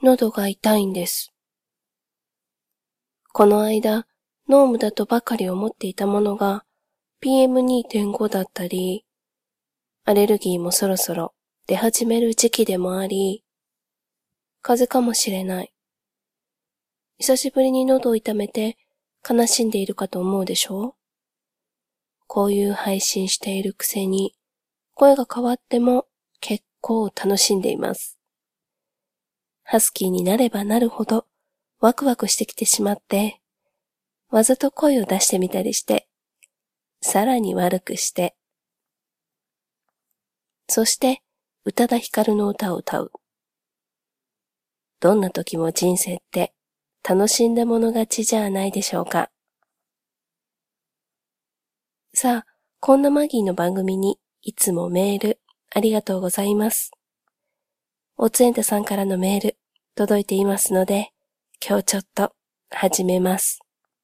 喉が痛いんです。この間、濃霧だとばかり思っていたものが PM2.5 だったり、アレルギーもそろそろ出始める時期でもあり、風邪かもしれない。久しぶりに喉を痛めて悲しんでいるかと思うでしょ？こういう配信しているくせに、声が変わっても結構楽しんでいます。ハスキーになればなるほどワクワクしてきてしまって、わざと声を出してみたりして、さらに悪くして、そして宇多田ヒカルの歌を歌う。どんな時も人生って楽しんだもの勝ちじゃないでしょうか。さあ、こんなマギーの番組にいつもメールありがとうございます。おつえんたさんからのメール届いていますので、今日ちょっと始めます。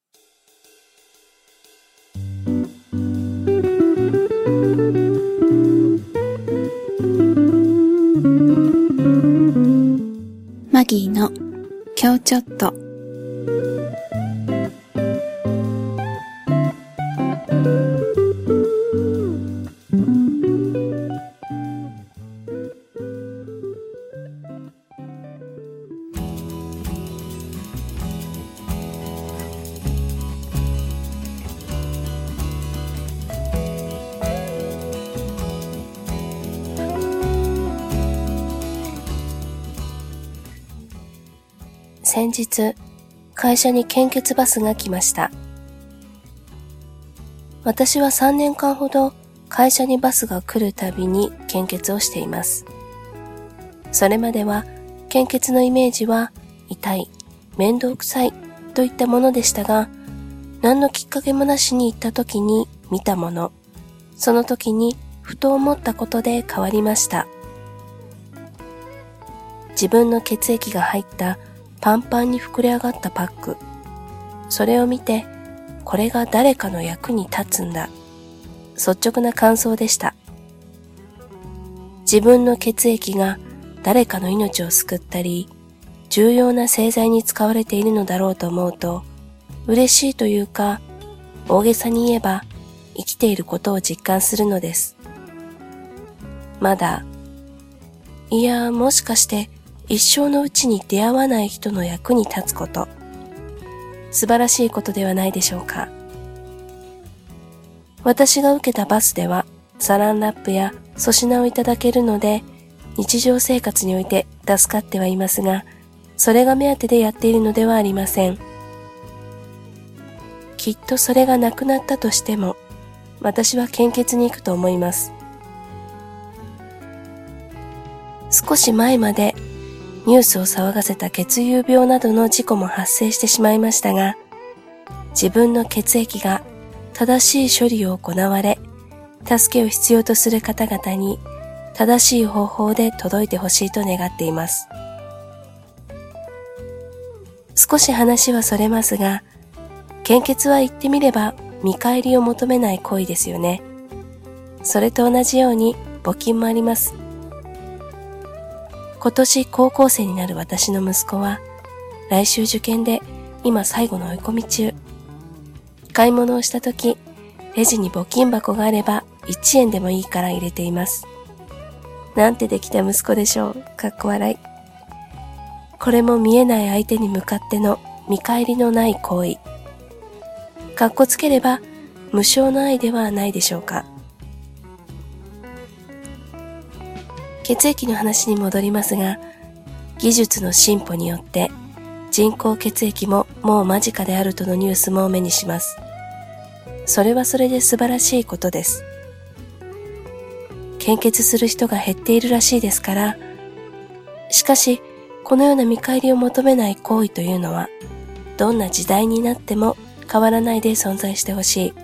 マギーの今日ちょっと。 先日、会社に献血バスが来ました。私は3年間ほど会社にバスが来るたびに献血をしています。それまでは献血のイメージは痛い、面倒くさいといったものでしたが、何のきっかけもなしに行った時に見たもの、その時にふと思ったことで変わりました。自分の血液が入ったパンパンに膨れ上がったパック。それを見て、これが誰かの役に立つんだ。率直な感想でした。自分の血液が誰かの命を救ったり、重要な製剤に使われているのだろうと思うと、嬉しいというか、大げさに言えば生きていることを実感するのです。まだ、いやもしかして一生のうちに出会わない人の役に立つこと、素晴らしいことではないでしょうか。私が受けたバスではサランラップや粗品をいただけるので、日常生活において助かってはいますが、それが目当てでやっているのではありません。きっとそれがなくなったとしても、私は献血に行くと思います。少し前までニュースを騒がせた血友病などの事故も発生してしまいましたが、自分の血液が正しい処理を行われ、助けを必要とする方々に正しい方法で届いてほしいと願っています。少し話はそれますが、献血は言ってみれば見返りを求めない行為ですよね。それと同じように募金もあります。今年高校生になる私の息子は、来週受験で今最後の追い込み中。買い物をしたとき、レジに募金箱があれば1円でもいいから入れています。なんてできた息子でしょう。かっこ笑い。これも見えない相手に向かっての見返りのない行為。かっこつければ無償の愛ではないでしょうか。血液の話に戻りますが、技術の進歩によって人工血液ももう間近であるとのニュースも目にします。それはそれで素晴らしいことです。献血する人が減っているらしいですから、しかしこのような見返りを求めない行為というのは、どんな時代になっても変わらないで存在してほしい。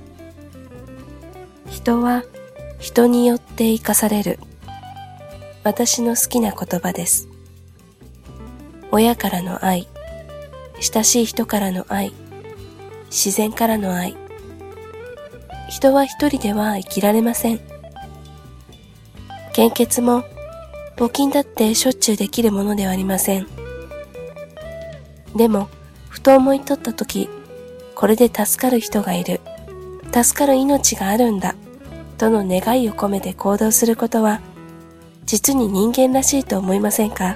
人は人によって生かされる。私の好きな言葉です。親からの愛、親しい人からの愛、自然からの愛。人は一人では生きられません。献血も募金だってしょっちゅうできるものではありません。 でも、ふと思いとったとき、これで助かる人がいる、助かる命があるんだ、との願いを込めて行動することは、実に人間らしいと思いませんか？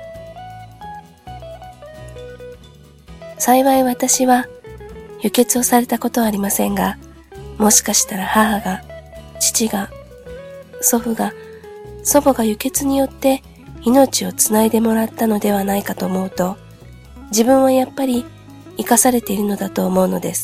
幸い私は、輸血をされたことはありませんが、もしかしたら母が、父が、祖父が、祖母が輸血によって命をつないでもらったのではないかと思うと、自分はやっぱり生かされているのだと思うのです。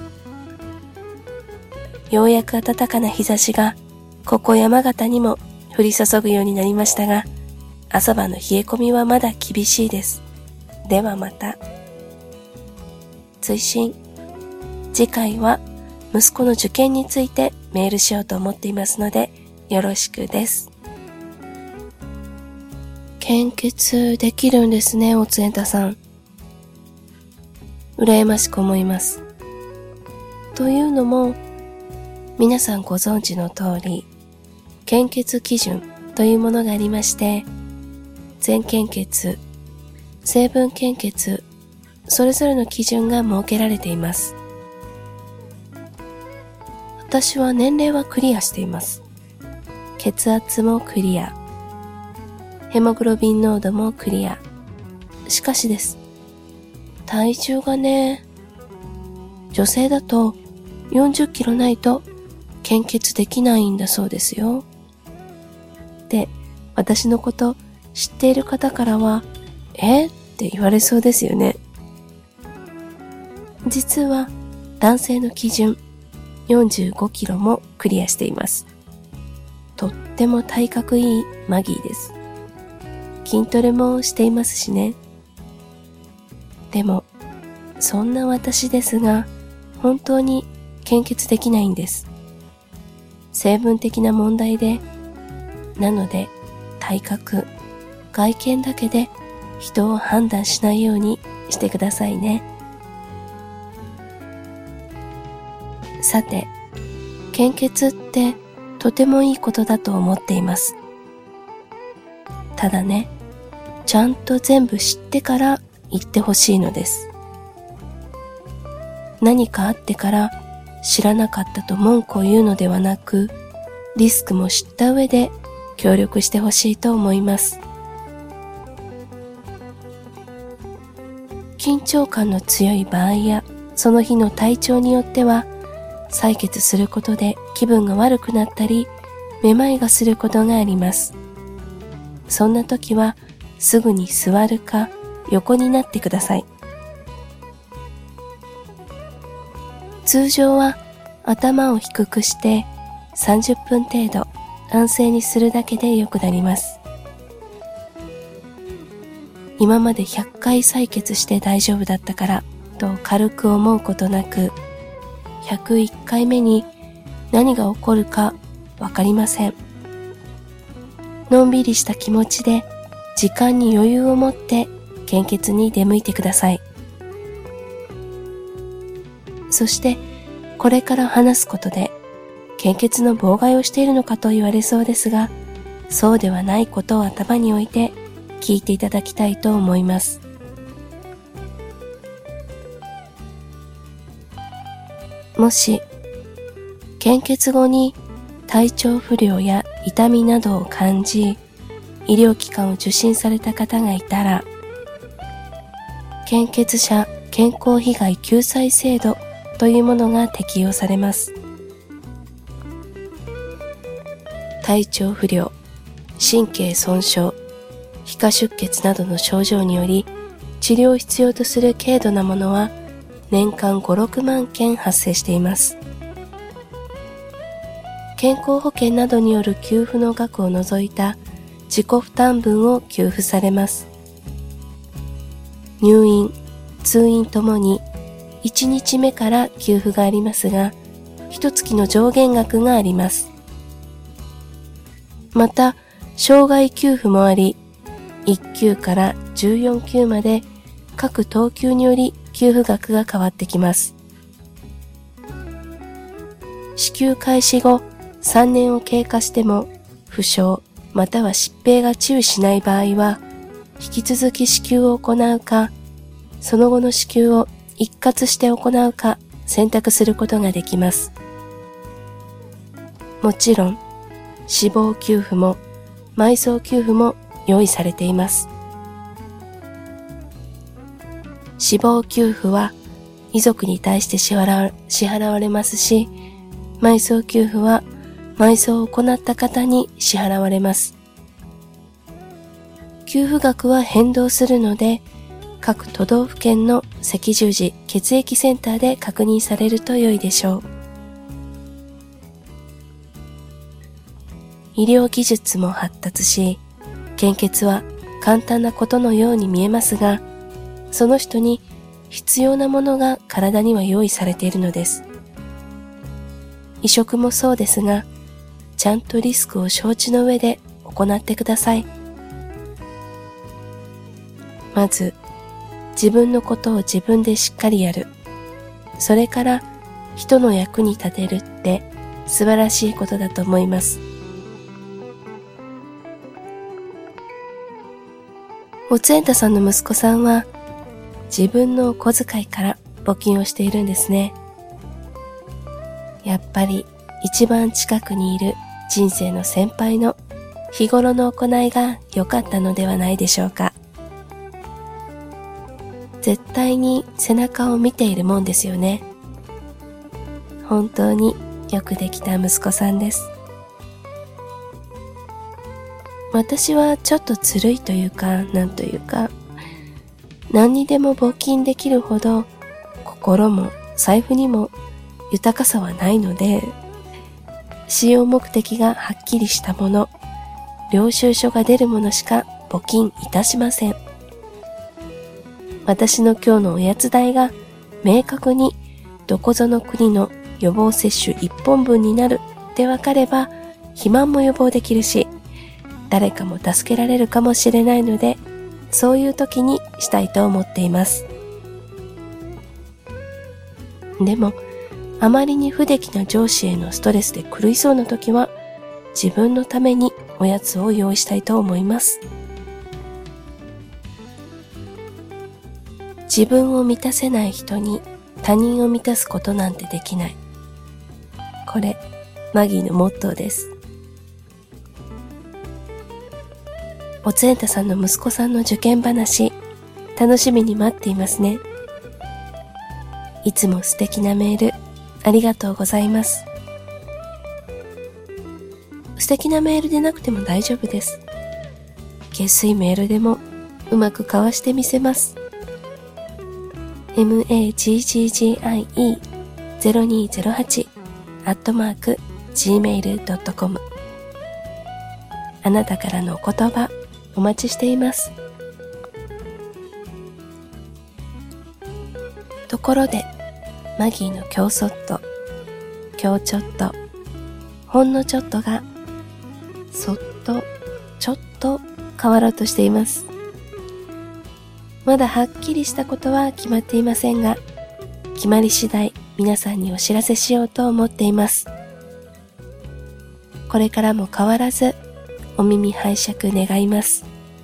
ようやく暖かな日差しがここ山形にも降り注ぐようになりましたが、朝晩の冷え込みはまだ厳しいです。ではまた。追伸。次回は息子の受験についてメールしようと思っていますので、よろしくです。献血できるんですね、おつえたさん。羨ましく思います。というのも、皆さんご存知の通り、献血基準というものがありまして、全献血、成分献血、それぞれの基準が設けられています。私は年齢はクリアしています。血圧もクリア。ヘモグロビン濃度もクリア。しかしです。体重がね、女性だと40キロないと献血できないんだそうですよ。で、私のこと知っている方からは、って言われそうですよね。実は男性の基準45キロもクリアしています。とっても体格いいマギーです。筋トレもしていますしね。でも、そんな私ですが、本当に献血できないんです。成分的な問題で、なので体格、外見だけで人を判断しないようにしてくださいね。さて、献血ってとてもいいことだと思っています。ただね、ちゃんと全部知ってから言ってほしいのです。何かあってから知らなかったと文句を言うのではなく、リスクも知った上で協力してほしいと思います。緊張感の強い場合やその日の体調によっては、採血することで気分が悪くなったり、めまいがすることがあります。そんな時はすぐに座るか横になってください。通常は頭を低くして30分程度安静にするだけで良くなります。今まで100回採血して大丈夫だったからと軽く思うことなく、101回目に何が起こるかわかりません。のんびりした気持ちで時間に余裕を持って献血に出向いてください。そしてこれから話すことで献血の妨害をしているのかと言われそうですが、そうではないことを頭に置いて聞いていただきたいと思います。もし献血後に体調不良や痛みなどを感じ、医療機関を受診された方がいたら、献血者健康被害救済制度というものが適用されます。体調不良、神経損傷、皮下出血などの症状により治療を必要とする軽度なものは年間5、6万件発生しています。健康保険などによる給付の額を除いた自己負担分を給付されます。入院、通院ともに1日目から給付がありますが、1月の上限額があります。また、障害給付もあり、1級から14級まで各等級により給付額が変わってきます。支給開始後3年を経過しても負傷または疾病が治癒しない場合は引き続き支給を行うか、 その後の支給を一括して行うか選択することができます。もちろん、死亡給付も埋葬給付も用意されています。死亡給付は遺族に対して支払われますし、埋葬給付は埋葬を行った方に支払われます。給付額は変動するので、各都道府県の赤十字血液センターで確認されると良いでしょう。医療技術も発達し、献血は簡単なことのように見えますが、その人に必要なものが体には用意されているのです。移植もそうですが、ちゃんとリスクを承知の上で行ってください。まず、自分のことを自分でしっかりやる。それから人の役に立てるって素晴らしいことだと思います。おつえんたさんの息子さんは自分のお小遣いから募金をしているんですね。やっぱり一番近くにいる人生の先輩の日頃の行いが良かったのではないでしょうか。絶対に背中を見ているもんですよね。本当によくできた息子さんです。私はちょっとずるいというか、なんというか、何にでも募金できるほど心も財布にも豊かさはないので、使用目的がはっきりしたもの、領収書が出るものしか募金いたしません。私の今日のおやつ代が明確にどこぞの国の予防接種1本分になるってわかれば、肥満も予防できるし、誰かも助けられるかもしれないので、そういう時にしたいと思っています。でも、あまりに不出来な上司へのストレスで狂いそうな時は、自分のためにおやつを用意したいと思います。自分を満たせない人に他人を満たすことなんてできない。これ、マギーのモットーです。おつえんたさんの息子さんの受験話、楽しみに待っていますね。いつも素敵なメール、ありがとうございます。素敵なメールでなくても大丈夫です。下水メールでもうまく交わしてみせます。magggie0208@gmail.com あなたからのお言葉お待ちしています。ところで、マギーの今日ちょっと、ほんのちょっとが、そっと、ちょっと変わろうとしています。まだはっきりしたことは決まっていませんが、決まり次第皆さんにお知らせしようと思っています。これからも変わらずお耳拝借願います。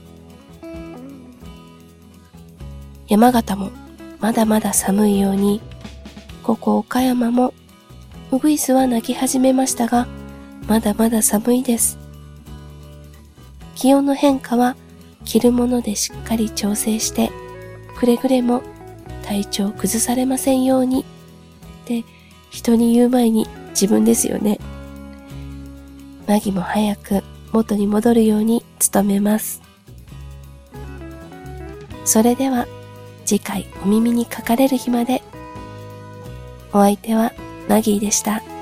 山形もまだまだ寒いように、ここ岡山もウグイスは鳴き始めましたが、まだまだ寒いです。気温の変化は着るものでしっかり調整して、くれぐれも体調崩されませんようにって人に言う前に自分ですよね。マギも早く元に戻るように努めます。それでは次回お耳にかかれる日まで。お相手はマギーでした。